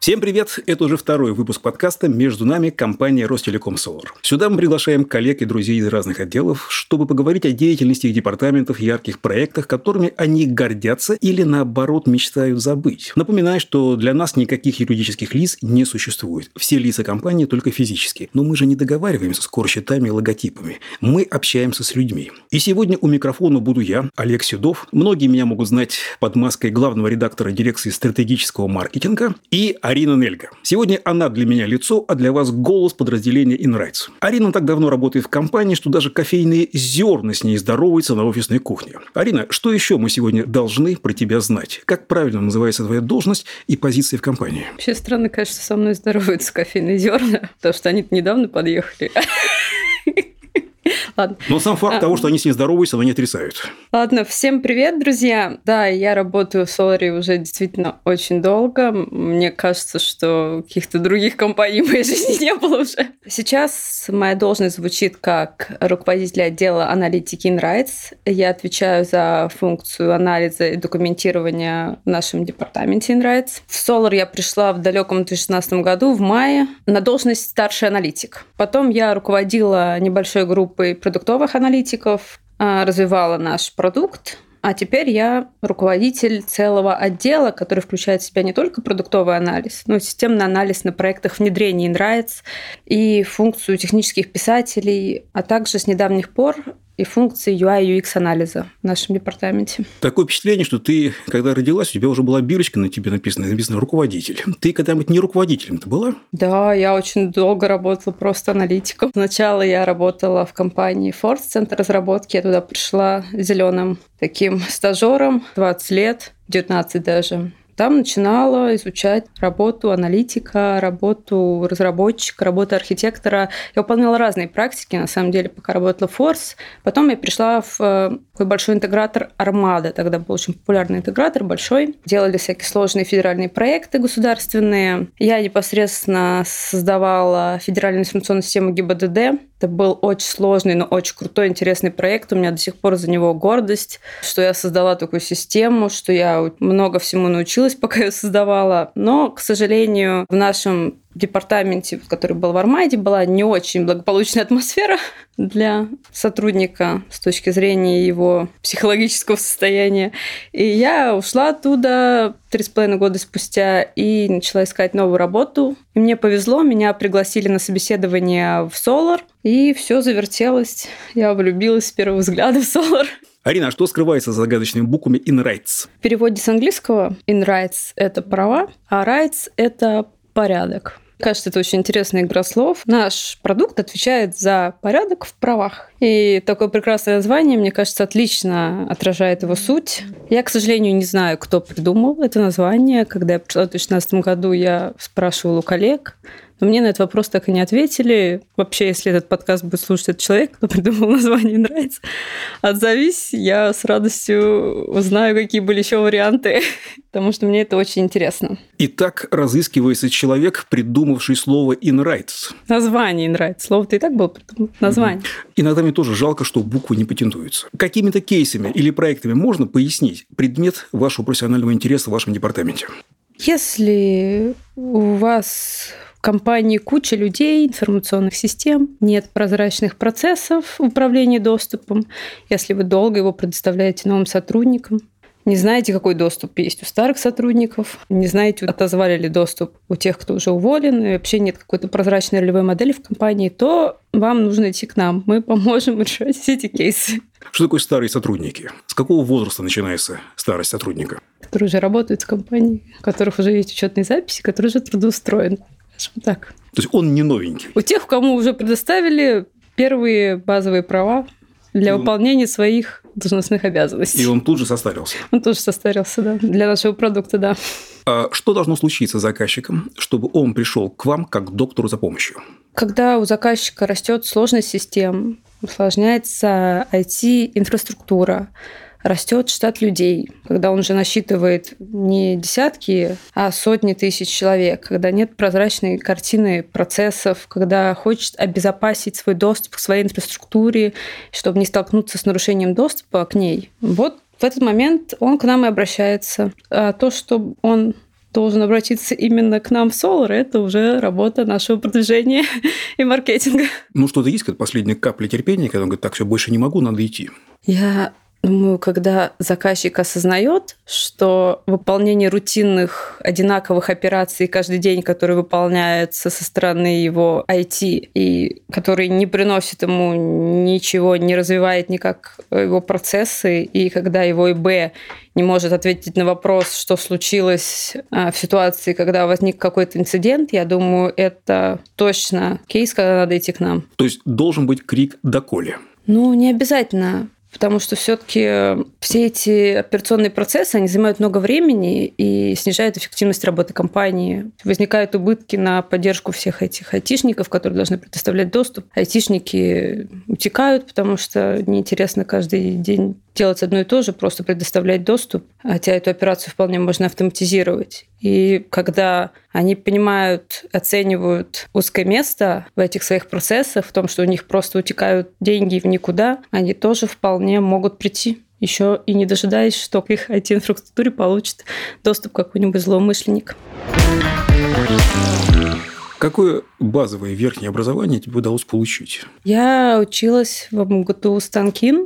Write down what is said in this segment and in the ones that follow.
Всем привет! Это уже второй выпуск подкаста «Между нами» компания Ростелеком Solar. Сюда мы приглашаем коллег и друзей из разных отделов, чтобы поговорить о деятельности их департаментов, ярких проектах, которыми они гордятся или, наоборот, мечтают забыть. Напоминаю, что для нас никаких юридических лиц не существует. Все лица компании только физические. Но мы же не договариваемся с корсчетами и логотипами. Мы общаемся с людьми. И сегодня у микрофона буду я, Олег Седов. Многие меня могут знать под маской главного редактора дирекции стратегического маркетинга и Арина Нельга. Сегодня она для меня лицо, а для вас голос подразделения InRights. Арина так давно работает в компании, что даже кофейные зерна с ней здороваются на офисной кухне. Арина, что еще мы сегодня должны про тебя знать? Как правильно называется твоя должность и позиция в компании? Вообще странно, конечно, со мной здороваются кофейные зерна, потому что они недавно подъехали. Ладно. Но сам факт того, что они с ней здороваются, они не отрицают. Ладно, всем привет, друзья. Да, я работаю в Solar уже действительно очень долго. Мне кажется, что каких-то других компаний в моей жизни не было уже. Сейчас моя должность звучит как руководитель отдела аналитики InRights. Я отвечаю за функцию анализа и документирования в нашем департаменте InRights. В Solar я пришла в далеком 2016 году, в мае, на должность старший аналитик. Потом я руководила небольшой группой продуктовых аналитиков, развивала наш продукт, а теперь я руководитель целого отдела, который включает в себя не только продуктовый анализ, но и системный анализ на проектах внедрения InRights и функцию технических писателей, а также с недавних пор и функции UI и UX анализа в нашем департаменте. Такое впечатление, что ты, когда родилась, у тебя уже была бирочка на тебе написана руководитель. Ты когда-нибудь не руководителем-то была? Да, я очень долго работала просто аналитиком. Сначала я работала в компании Ford, центр разработки. Я туда пришла зеленым таким стажером, 20 лет, 19 даже. Там начинала изучать работу аналитика, работу разработчика, работу архитектора. Я выполняла разные практики, на самом деле, пока работала в Force. Потом я пришла в такой большой интегратор Armada. Тогда был очень популярный интегратор, большой. Делали всякие сложные федеральные проекты государственные. Я непосредственно создавала федеральную информационную систему ГИБДД. Это был очень сложный, но очень крутой, интересный проект. У меня до сих пор за него гордость, что я создала такую систему, что я много всему научилась, пока ее создавала. Но, к сожалению, в нашем департаменте, который был в Армаде, была не очень благополучная атмосфера для сотрудника с точки зрения его психологического состояния. И я ушла оттуда 3,5 года спустя и начала искать новую работу. И мне повезло, меня пригласили на собеседование в Solar, и все завертелось. Я влюбилась с первого взгляда в Solar. Арина, а что скрывается за загадочными буквами InRights? В переводе с английского InRights – это права, а Rights – это порядок. Кажется, это очень интересная игра слов. Наш продукт отвечает за порядок в правах. И такое прекрасное название, мне кажется, отлично отражает его суть. Я, к сожалению, не знаю, кто придумал это название. Когда я пришла в 2016 году, я спрашивала у коллег, но мне на этот вопрос так и не ответили. Вообще, если этот подкаст будет слушать этот человек, кто придумал название InRights, отзовись, я с радостью узнаю, какие были еще варианты, потому что мне это очень интересно. Итак, разыскивается человек, придумавший слово InRights. Название InRights. Слово-то и так было придумано. Название. Иногда мне тоже жалко, что буквы не патентуются. Какими-то кейсами или проектами можно пояснить предмет вашего профессионального интереса в вашем департаменте? Если у вас в компании куча людей, информационных систем, нет прозрачных процессов управления доступом, если вы долго его предоставляете новым сотрудникам, не знаете, какой доступ есть у старых сотрудников, не знаете, отозвали ли доступ у тех, кто уже уволен, и вообще нет какой-то прозрачной ролевой модели в компании, то вам нужно идти к нам. Мы поможем решать все эти кейсы. Что такое старые сотрудники? С какого возраста начинается старость сотрудника? Которые уже работают в компании, у которых уже есть учетные записи, которые уже трудоустроены. Так. То есть он не новенький? У тех, кому уже предоставили первые базовые права для выполнения своих должностных обязанностей. И он тут же состарился? Он тоже состарился, да. Для нашего продукта, да. А что должно случиться с заказчиком, чтобы он пришел к вам как к доктору за помощью? Когда у заказчика растет сложность систем, усложняется IT-инфраструктура, растет штат людей, когда он уже насчитывает не десятки, а сотни тысяч человек, когда нет прозрачной картины процессов, когда хочет обезопасить свой доступ к своей инфраструктуре, чтобы не столкнуться с нарушением доступа к ней. Вот в этот момент он к нам и обращается. А то, что он должен обратиться именно к нам в Solar, это уже работа нашего продвижения и маркетинга. Ну, что-то есть, как последняя капля терпения, когда он говорит, так, все, больше не могу, надо идти. Я думаю, когда заказчик осознает, что выполнение рутинных, одинаковых операций каждый день, которые выполняются со стороны его IT, и которые не приносят ему ничего, не развивает никак его процессы, и когда его ИБ не может ответить на вопрос, что случилось в ситуации, когда возник какой-то инцидент, я думаю, это точно кейс, когда надо идти к нам. То есть должен быть крик «доколе». Ну, не обязательно. Потому что все-таки все эти операционные процессы, они занимают много времени и снижают эффективность работы компании. Возникают убытки на поддержку всех этих айтишников, которые должны предоставлять доступ. Айтишники утекают, потому что неинтересно каждый день делать одно и то же, просто предоставлять доступ, хотя эту операцию вполне можно автоматизировать. И когда они понимают, оценивают узкое место в этих своих процессах, в том, что у них просто утекают деньги в никуда, они тоже вполне могут прийти, еще и не дожидаясь, что к их IT-инфраструктуре получит доступ какой-нибудь злоумышленник. Какое базовое верхнее образование тебе удалось получить? Я училась в МГТУ Станкин.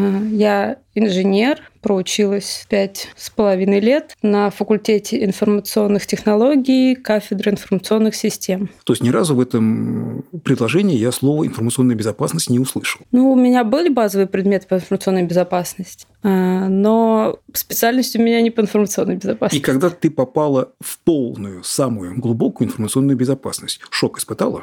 Я инженер, проучилась 5,5 лет на факультете информационных технологий, кафедры информационных систем. То есть ни разу в этом предложении я слово «информационная безопасность» не услышал? Ну, у меня были базовые предметы по информационной безопасности, но специальность у меня не по информационной безопасности. И когда ты попала в полную, самую глубокую информационную безопасность, шок испытала?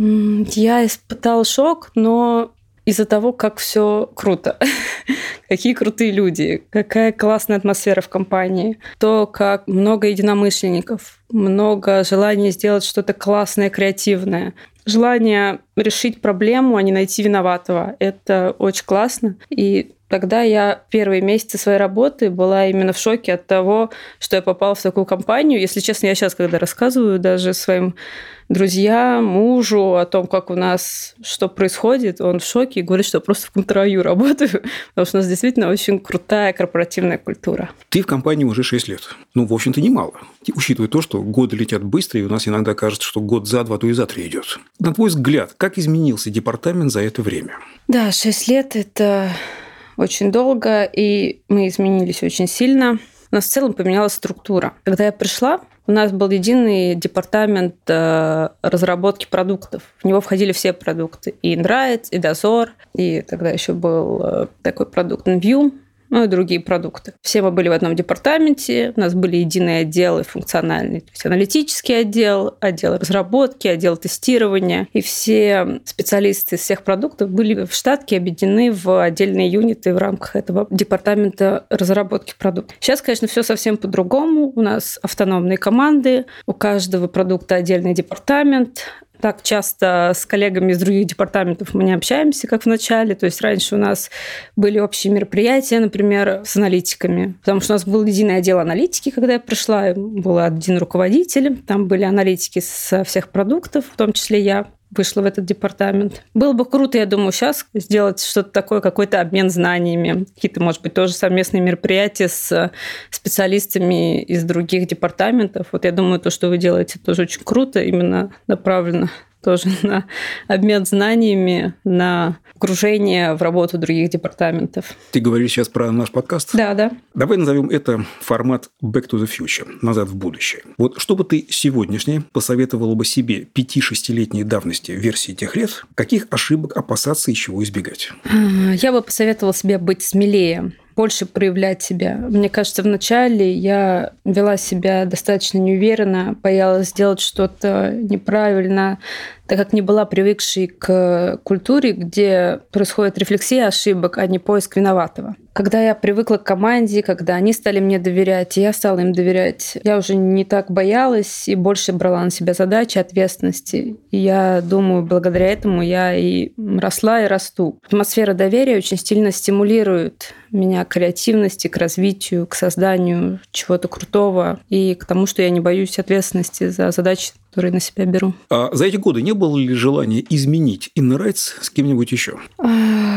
Я испытала шок, но из-за того, как все круто. Какие крутые люди, какая классная атмосфера в компании, то, как много единомышленников, много желания сделать что-то классное, креативное, желание решить проблему, а не найти виноватого. Это очень классно. И тогда я первые месяцы своей работы была именно в шоке от того, что я попала в такую компанию. Если честно, я сейчас, когда рассказываю даже своим друзьям, мужу о том, как у нас что происходит, он в шоке и говорит, что я просто в контрраю работаю, потому что у нас действительно очень крутая корпоративная культура. Ты в компании уже 6 лет. Ну, в общем-то, немало. Учитывая то, что годы летят быстро, и у нас иногда кажется, что год за два, то и за три идет. На твой взгляд, как изменился департамент за это время? Да, 6 лет – это очень долго, и мы изменились очень сильно. У нас в целом поменялась структура. Когда я пришла, у нас был единый департамент разработки продуктов. В него входили все продукты. И Inright, и Dozor, и тогда еще был такой продукт InView, ну и другие продукты. Все мы были в одном департаменте, у нас были единые отделы функциональные, то есть аналитический отдел, отдел разработки, отдел тестирования. И все специалисты из всех продуктов были в штатке объединены в отдельные юниты в рамках этого департамента разработки продуктов. Сейчас, конечно, все совсем по-другому. У нас автономные команды, у каждого продукта отдельный департамент. Так часто с коллегами из других департаментов мы не общаемся, как в начале. То есть раньше у нас были общие мероприятия, например, с аналитиками. Потому что у нас был единый отдел аналитики, когда я пришла. Был один руководитель. Там были аналитики со всех продуктов, в том числе я вышла в этот департамент. Было бы круто, я думаю, сейчас сделать что-то такое, какой-то обмен знаниями, какие-то, может быть, тоже совместные мероприятия с специалистами из других департаментов. Вот я думаю, то, что вы делаете, тоже очень круто, именно направлено тоже на обмен знаниями, на погружение в работу других департаментов. Ты говоришь сейчас про наш подкаст? Да. Давай назовем это формат Back to the Future, назад в будущее. Вот что бы ты сегодняшнее посоветовала бы себе 5-6-летней давности версии тех лет, каких ошибок опасаться и чего избегать? Я бы посоветовала себе быть смелее, больше проявлять себя. Мне кажется, вначале я вела себя достаточно неуверенно, боялась сделать что-то неправильно, так как не была привыкшей к культуре, где происходит рефлексия ошибок, а не поиск виноватого. Когда я привыкла к команде, когда они стали мне доверять, и я стала им доверять, я уже не так боялась и больше брала на себя задачи, ответственности. И я думаю, благодаря этому я и росла, и расту. Атмосфера доверия очень сильно стимулирует меня к креативности, к развитию, к созданию чего-то крутого и к тому, что я не боюсь ответственности за задачи, которые на себя беру. А за эти годы не было ли желания изменить Inright с кем-нибудь еще?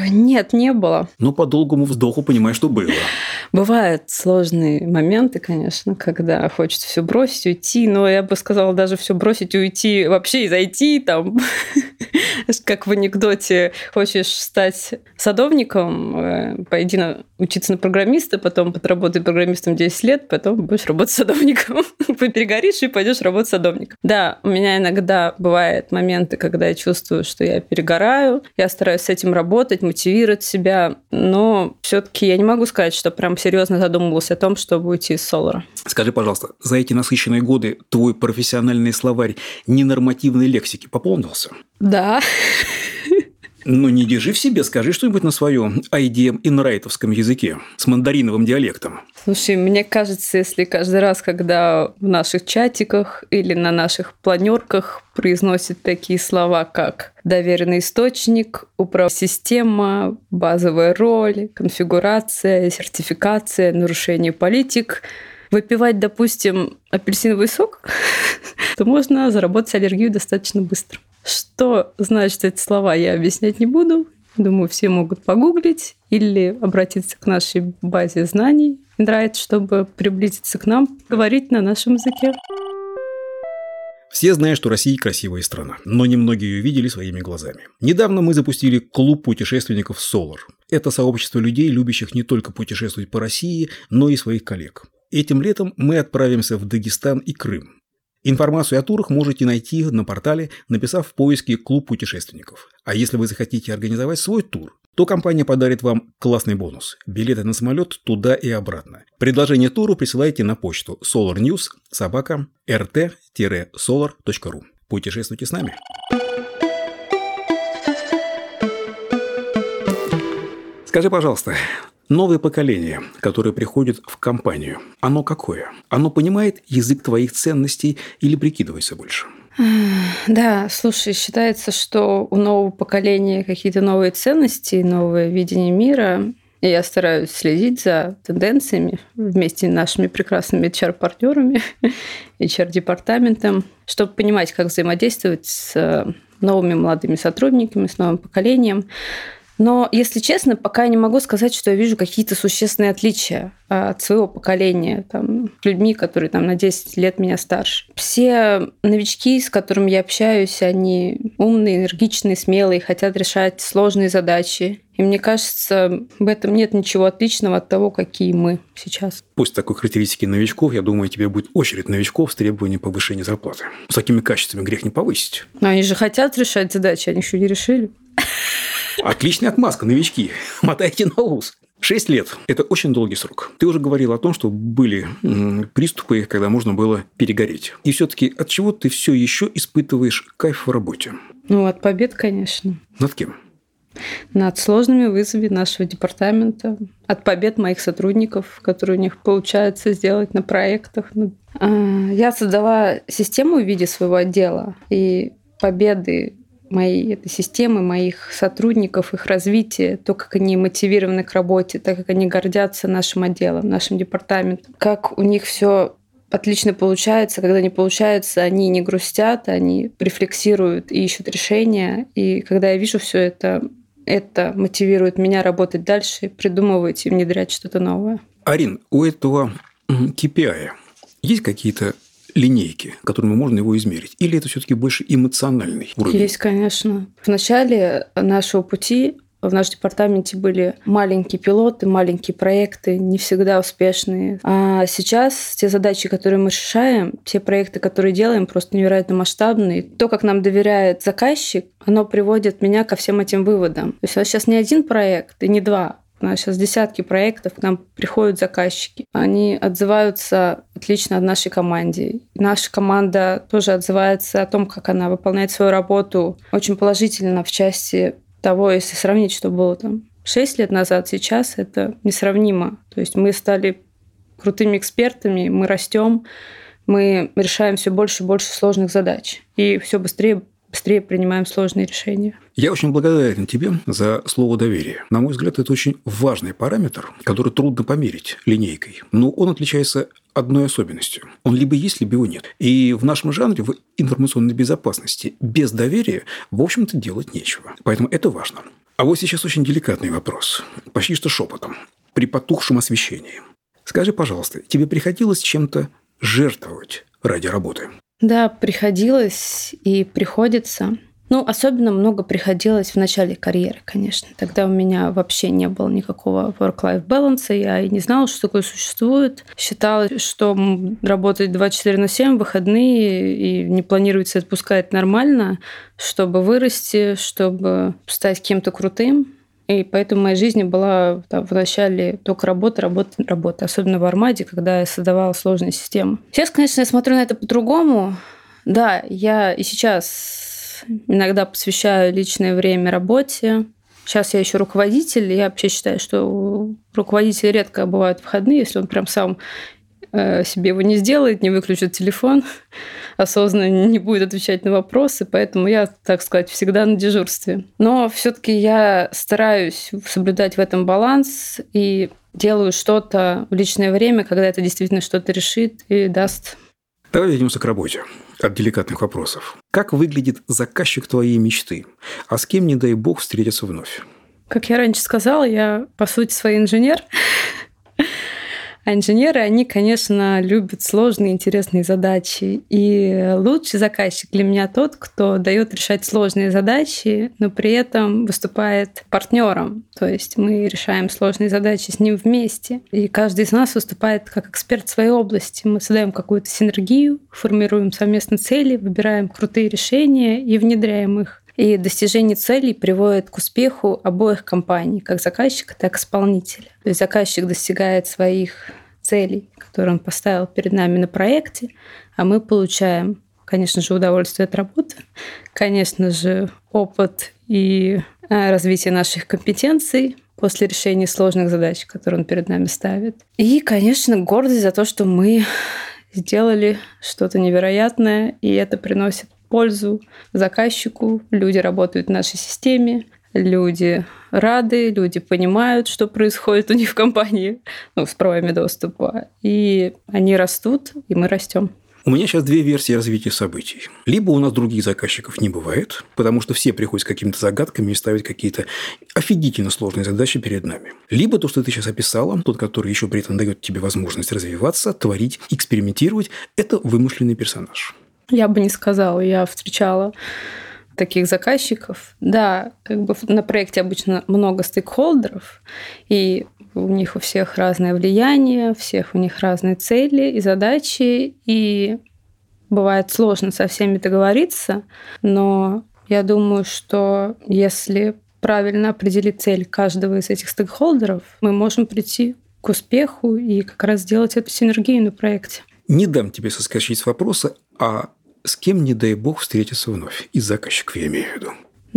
Нет, не было. Но по долгому вздоху понимаю, что было. Бывают сложные моменты, конечно, когда хочется все бросить, уйти, но я бы сказала, даже все бросить, уйти вообще и зайти там. Как в анекдоте, хочешь стать садовником, пойди учиться на программиста, потом подработай программистом 10 лет, потом будешь работать садовником. Перегоришь и пойдешь работать садовником. Да, у меня иногда бывают моменты, когда я чувствую, что я перегораю. Я стараюсь с этим работать, мотивировать себя, но все-таки я не могу сказать, что прям серьезно задумывалась о том, чтобы уйти из Solar. Скажи, пожалуйста, за эти насыщенные годы твой профессиональный словарь ненормативной лексики пополнился? Да. Ну, не держи в себе, скажи что-нибудь на своем IDM-инрайтовском языке с мандариновым диалектом. Слушай, мне кажется, если каждый раз, когда в наших чатиках или на наших планерках произносят такие слова, как доверенный источник, управсистема, базовая роль, конфигурация, сертификация, нарушение политик, выпивать, допустим, апельсиновый сок, то можно заработать аллергию достаточно быстро. Что значит эти слова, я объяснять не буду. Думаю, все могут погуглить или обратиться к нашей базе знаний Inright, чтобы приблизиться к нам, говорить на нашем языке. Все знают, что Россия красивая страна, но немногие ее видели своими глазами. Недавно мы запустили клуб путешественников Solar. Это сообщество людей, любящих не только путешествовать по России, но и своих коллег. Этим летом мы отправимся в Дагестан и Крым. Информацию о турах можете найти на портале, написав в поиске «Клуб путешественников». А если вы захотите организовать свой тур, то компания подарит вам классный бонус – билеты на самолет туда и обратно. Предложение туру присылайте на почту solarnews@rt-solar.ru. Путешествуйте с нами. Скажи, пожалуйста, новое поколение, которое приходит в компанию, оно какое? Оно понимает язык твоих ценностей или прикидывается больше? Да, слушай, считается, что у нового поколения какие-то новые ценности, новое видение мира. И я стараюсь следить за тенденциями вместе с нашими прекрасными HR-партнерами, HR-департаментом, чтобы понимать, как взаимодействовать с новыми молодыми сотрудниками, с новым поколением. Но, если честно, пока я не могу сказать, что я вижу какие-то существенные отличия от своего поколения, людьми, которые на 10 лет меня старше. Все новички, с которыми я общаюсь, они умные, энергичные, смелые, хотят решать сложные задачи. И мне кажется, в этом нет ничего отличного от того, какие мы сейчас. После такой характеристики новичков, я думаю, тебе будет очередь новичков с требованием повышения зарплаты. С такими качествами грех не повысить. Но они же хотят решать задачи, они еще не решили. Отличная отмазка, новички. Мотайте на ус. 6 лет – это очень долгий срок. Ты уже говорил о том, что были приступы, когда можно было перегореть. И все-таки от чего ты все еще испытываешь кайф в работе? От побед, конечно. Над кем? Над сложными вызовами нашего департамента, от побед моих сотрудников, которые у них получается сделать на проектах. Я создала систему в виде своего отдела, и победы моей этой системы, моих сотрудников, их развитие, то, как они мотивированы к работе, так как они гордятся нашим отделом, нашим департаментом, как у них все отлично получается. Когда не получается, они не грустят, они рефлексируют и ищут решения. И когда я вижу все это мотивирует меня работать дальше, придумывать и внедрять что-то новое. Арин, у этого KPI есть какие-то линейки, которыми можно его измерить? Или это все-таки больше эмоциональный уровень? Есть, конечно. В начале нашего пути в нашем департаменте были маленькие пилоты, маленькие проекты, не всегда успешные. А сейчас те задачи, которые мы решаем, те проекты, которые делаем, просто невероятно масштабные. То, как нам доверяет заказчик, оно приводит меня ко всем этим выводам. То есть у нас сейчас не один проект и не два. У нас сейчас десятки проектов, к нам приходят заказчики. Они отзываются отлично о нашей команде. Наша команда тоже отзывается о том, как она выполняет свою работу очень положительно в части того, если сравнить, что было 6 лет назад, сейчас это несравнимо. То есть мы стали крутыми экспертами, мы растем, мы решаем все больше и больше сложных задач. И все быстрее принимаем сложные решения. Я очень благодарен тебе за слово «доверие». На мой взгляд, это очень важный параметр, который трудно померить линейкой. Но он отличается одной особенностью. Он либо есть, либо его нет. И в нашем жанре, в информационной безопасности, без доверия, в общем-то, делать нечего. Поэтому это важно. А вот сейчас очень деликатный вопрос, почти что шепотом, при потухшем освещении. Скажи, пожалуйста, тебе приходилось чем-то жертвовать ради работы? Да, приходилось и приходится. Особенно много приходилось в начале карьеры, конечно. Тогда у меня вообще не было никакого work-life balance, я и не знала, что такое существует. Считала, что работать 24/7, выходные, и не планируется отпускать нормально, чтобы вырасти, чтобы стать кем-то крутым. И поэтому в моей жизни была вначале только работа, особенно в Армаде, когда я создавала сложные системы. Сейчас, конечно, я смотрю на это по-другому. Да, я и сейчас иногда посвящаю личное время работе. Сейчас я еще руководитель, и я вообще считаю, что у руководителя редко бывают выходные, если он прям сам себе его не сделает, не выключит телефон, осознанно не будет отвечать на вопросы, поэтому я, так сказать, всегда на дежурстве. Но все-таки я стараюсь соблюдать в этом баланс и делаю что-то в личное время, когда это действительно что-то решит и даст. Давай вернемся к работе. От деликатных вопросов. Как выглядит заказчик твоей мечты? А с кем, не дай бог, встретиться вновь? Как я раньше сказала, я, по сути, свой инженер. А инженеры, они, конечно, любят сложные, интересные задачи. И лучший заказчик для меня тот, кто дает решать сложные задачи, но при этом выступает партнером. То есть мы решаем сложные задачи с ним вместе. И каждый из нас выступает как эксперт в своей области. Мы создаем какую-то синергию, формируем совместно цели, выбираем крутые решения и внедряем их. И достижение целей приводит к успеху обоих компаний, как заказчика, так и исполнителя. То есть заказчик достигает своих целей, которые он поставил перед нами на проекте, а мы получаем, конечно же, удовольствие от работы, конечно же, опыт и развитие наших компетенций после решения сложных задач, которые он перед нами ставит. И, конечно, гордость за то, что мы сделали что-то невероятное, и это приносит пользу заказчику. Люди работают в нашей системе, люди рады, люди понимают, что происходит у них в компании, с правами доступа. И они растут, и мы растем. У меня сейчас две версии развития событий. Либо у нас других заказчиков не бывает, потому что все приходят с какими-то загадками и ставят какие-то офигительно сложные задачи перед нами. Либо то, что ты сейчас описала, тот, который еще при этом дает тебе возможность развиваться, творить, экспериментировать, это вымышленный персонаж. Я бы не сказала, я встречала таких заказчиков. Да, на проекте обычно много стейкхолдеров, и у них у всех разное влияние, у них разные цели и задачи, и бывает сложно со всеми договориться, но я думаю, что если правильно определить цель каждого из этих стейкхолдеров, мы можем прийти к успеху и как раз сделать эту синергию на проекте. Не дам тебе соскочить с вопроса, а с кем, не дай бог, встретиться вновь? Из заказчиков я имею в виду.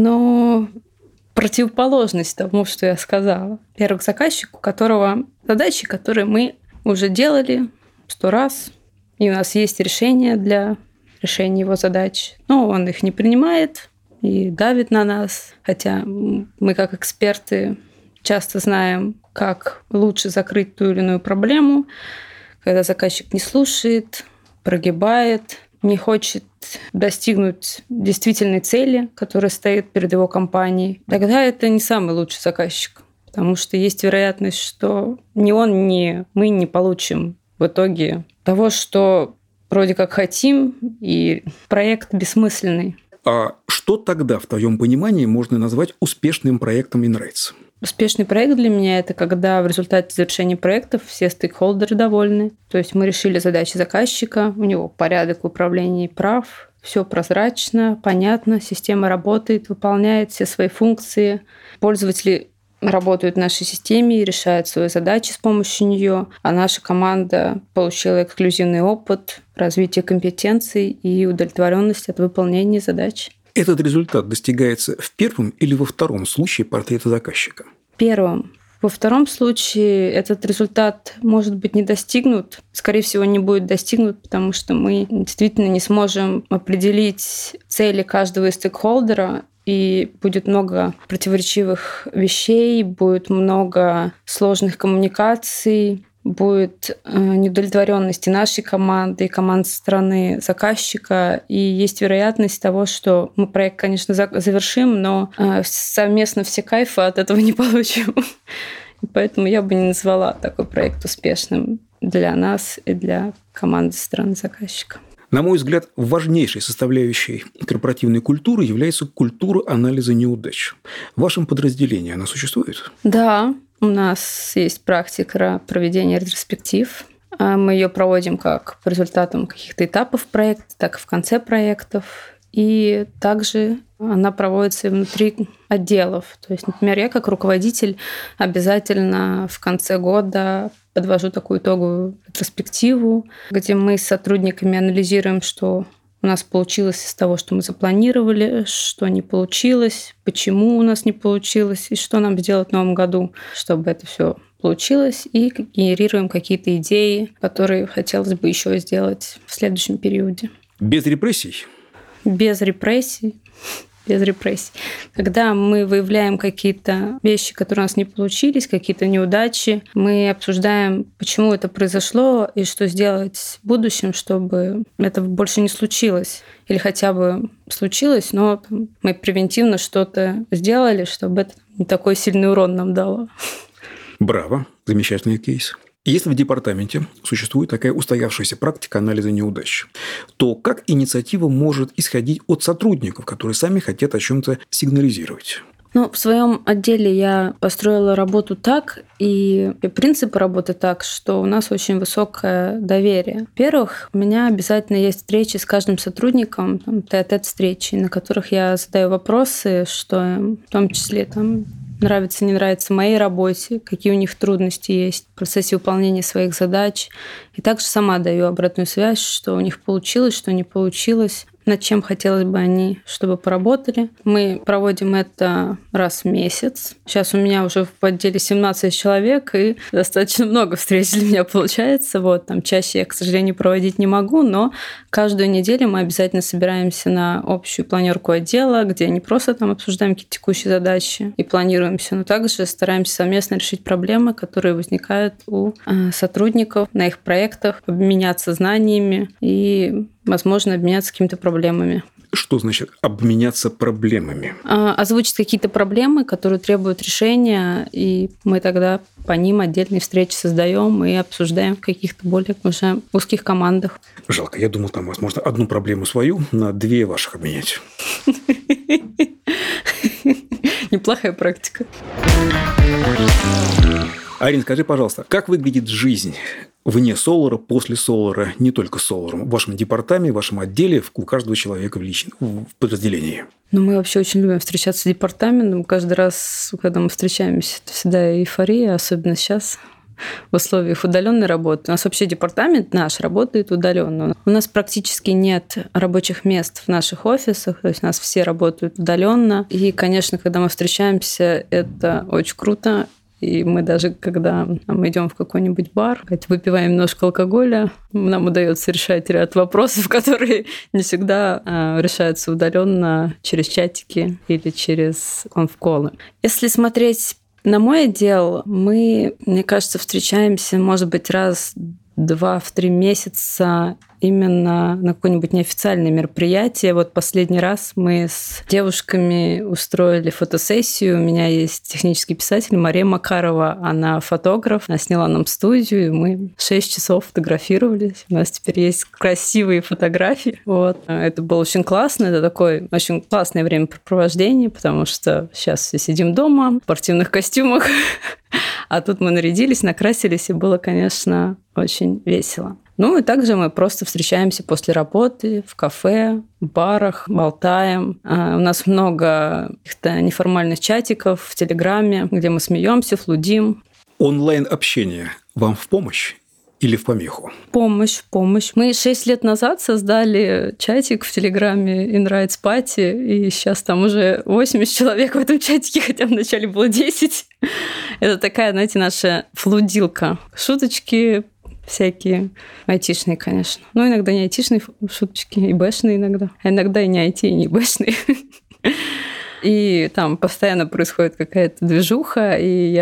Но противоположность тому, что я сказала. Первый заказчик, у которого задачи, которые мы уже делали 100 раз, и у нас есть решение для решения его задач. Но он их не принимает и давит на нас. Хотя мы, как эксперты, часто знаем, как лучше закрыть ту или иную проблему, когда заказчик не слушает, прогибает, не хочет достигнуть действительной цели, которая стоит перед его компанией, тогда это не самый лучший заказчик. Потому что есть вероятность, что ни он, ни мы не получим в итоге того, что вроде как хотим, и проект бессмысленный. А что тогда, в твоем понимании, можно назвать успешным проектом Inrates? Успешный проект для меня – это когда в результате завершения проектов все стейкхолдеры довольны. То есть мы решили задачи заказчика, у него порядок в управлении прав, все прозрачно, понятно, система работает, выполняет все свои функции. Пользователи работают в нашей системе и решают свои задачи с помощью нее, а наша команда получила эксклюзивный опыт, развитие компетенций и удовлетворенность от выполнения задач. Этот результат достигается в первом или во втором случае портрета заказчика? В первом. Во втором случае этот результат может быть не достигнут. Скорее всего, не будет достигнут, потому что мы действительно не сможем определить цели каждого из стейкхолдера, и будет много противоречивых вещей, будет много сложных коммуникаций, будет неудовлетворенность и нашей команды, и команд со стороны заказчика. И есть вероятность того, что мы проект, конечно, завершим, но совместно все кайфы от этого не получим. Поэтому я бы не назвала такой проект успешным для нас и для команды со стороны заказчика. На мой взгляд, важнейшей составляющей корпоративной культуры является культура анализа неудач. В вашем подразделении она существует? Да, у нас есть практика проведения ретроспектив. Мы ее проводим как по результатам каких-то этапов проекта, так и в конце проектов. И также она проводится и внутри отделов. То есть, например, я как руководитель обязательно в конце года подвожу такую итоговую ретроспективу, где мы с сотрудниками анализируем, что у нас получилось из того, что мы запланировали, что не получилось, почему у нас не получилось, и что нам сделать в новом году, чтобы это все получилось, и генерируем какие-то идеи, которые хотелось бы еще сделать в следующем периоде. Без репрессий? Без репрессий. Без репрессий. Когда мы выявляем какие-то вещи, которые у нас не получились, какие-то неудачи, мы обсуждаем, почему это произошло и что сделать в будущем, чтобы это больше не случилось. Или хотя бы случилось, но мы превентивно что-то сделали, чтобы это не такой сильный урон нам дало. Браво! Замечательный кейс. Если в департаменте существует такая устоявшаяся практика анализа неудач, то как инициатива может исходить от сотрудников, которые сами хотят о чем-то сигнализировать? В своем отделе я построила работу так, и принципы работы так, что у нас очень высокое доверие. Во-первых, у меня обязательно есть встречи с каждым сотрудником, тет-а-тет встречи, на которых я задаю вопросы, что в том числе нравится, не нравится моей работе, какие у них трудности есть в процессе выполнения своих задач. И также сама даю обратную связь, что у них получилось, что не получилось, над чем хотелось бы они, чтобы поработали. Мы проводим это раз в месяц. Сейчас у меня уже в отделе 17 человек, и достаточно много встреч для меня получается. Чаще я, к сожалению, проводить не могу, но каждую неделю мы обязательно собираемся на общую планерку отдела, где не просто обсуждаем какие-то текущие задачи и планируемся, но также стараемся совместно решить проблемы, которые возникают у сотрудников на их проектах, обменяться знаниями и, возможно, обменяться какими-то проблемами. Что значит обменяться проблемами? Озвучить какие-то проблемы, которые требуют решения, и мы тогда по ним отдельные встречи создаем и обсуждаем в каких-то более уже узких командах. Жалко, я думал, там, возможно, одну проблему свою на две ваших обменять. Неплохая практика. Арин, скажи, пожалуйста, как выглядит жизнь вне Solar, после Solar, не только Solar, в вашем департаменте, в вашем отделе, у каждого человека в подразделении? Мы вообще очень любим встречаться с департаментом. Каждый раз, когда мы встречаемся, это всегда эйфория, особенно сейчас в условиях удаленной работы. У нас вообще департамент наш работает удаленно. У нас практически нет рабочих мест в наших офисах, то есть у нас все работают удаленно. И, конечно, когда мы встречаемся, это очень круто. И мы даже, когда мы идем в какой-нибудь бар, выпиваем немножко алкоголя, нам удается решать ряд вопросов, которые не всегда решаются удаленно через чатики или через конф-колы. Если смотреть на мой отдел, мы, мне кажется, встречаемся, может быть, раз-два в 3 месяца именно на какое-нибудь неофициальное мероприятие. Последний раз мы с девушками устроили фотосессию. У меня есть технический писатель Мария Макарова. Она фотограф. Она сняла нам студию, и мы 6 часов фотографировались. У нас теперь есть красивые фотографии. Это было очень классно. Это такое очень классное времяпрепровождение, потому что сейчас все сидим дома в спортивных костюмах. А тут мы нарядились, накрасились, и было, конечно, очень весело. И также мы просто встречаемся после работы в кафе, в барах, болтаем. У нас много каких-то неформальных чатиков в Телеграме, где мы смеемся, флудим. Онлайн-общение вам в помощь или в помеху? Помощь. Мы 6 лет назад создали чатик в Телеграме In Rights Party, и сейчас там уже 80 человек в этом чатике, хотя вначале было 10. Это такая, знаете, наша флудилка. Шуточки всякие айтишные, конечно. Иногда не айтишные шуточки, и бэшные иногда. А иногда и не айти, и не бэшные. И там постоянно происходит какая-то движуха, и я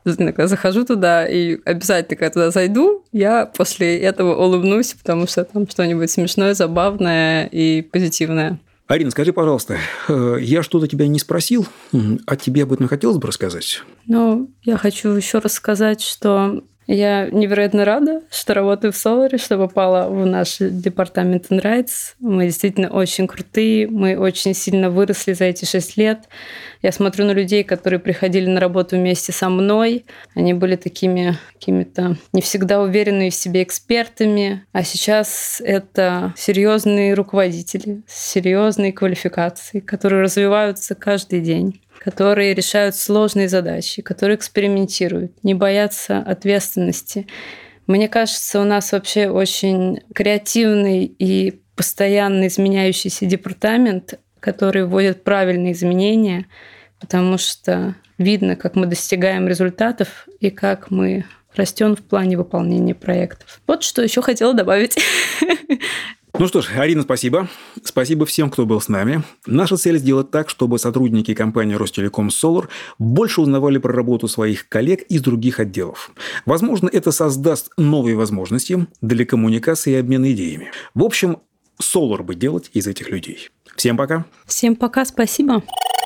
иногда захожу туда, и обязательно, когда туда зайду, я после этого улыбнусь, потому что там что-нибудь смешное, забавное и позитивное. Арина, скажи, пожалуйста, я что-то тебя не спросил, а тебе об этом хотелось бы рассказать? Я хочу еще раз сказать, что я невероятно рада, что работаю в Solar, что попала в наш департамент Rights. Мы действительно очень крутые, мы очень сильно выросли за эти 6 лет. Я смотрю на людей, которые приходили на работу вместе со мной. Они были такими какими-то не всегда уверенными в себе экспертами. А сейчас это серьезные руководители с серьезной квалификацией, которые развиваются каждый день, которые решают сложные задачи, которые экспериментируют, не боятся ответственности. Мне кажется, у нас вообще очень креативный и постоянно изменяющийся департамент, который вводит правильные изменения, потому что видно, как мы достигаем результатов и как мы растем в плане выполнения проектов. Вот что еще хотела добавить. Ну что ж, Арина, спасибо. Спасибо всем, кто был с нами. Наша цель сделать так, чтобы сотрудники компании Ростелеком Solar больше узнавали про работу своих коллег из других отделов. Возможно, это создаст новые возможности для коммуникации и обмена идеями. В общем, Solar бы делать из этих людей. Всем пока. Всем пока, спасибо.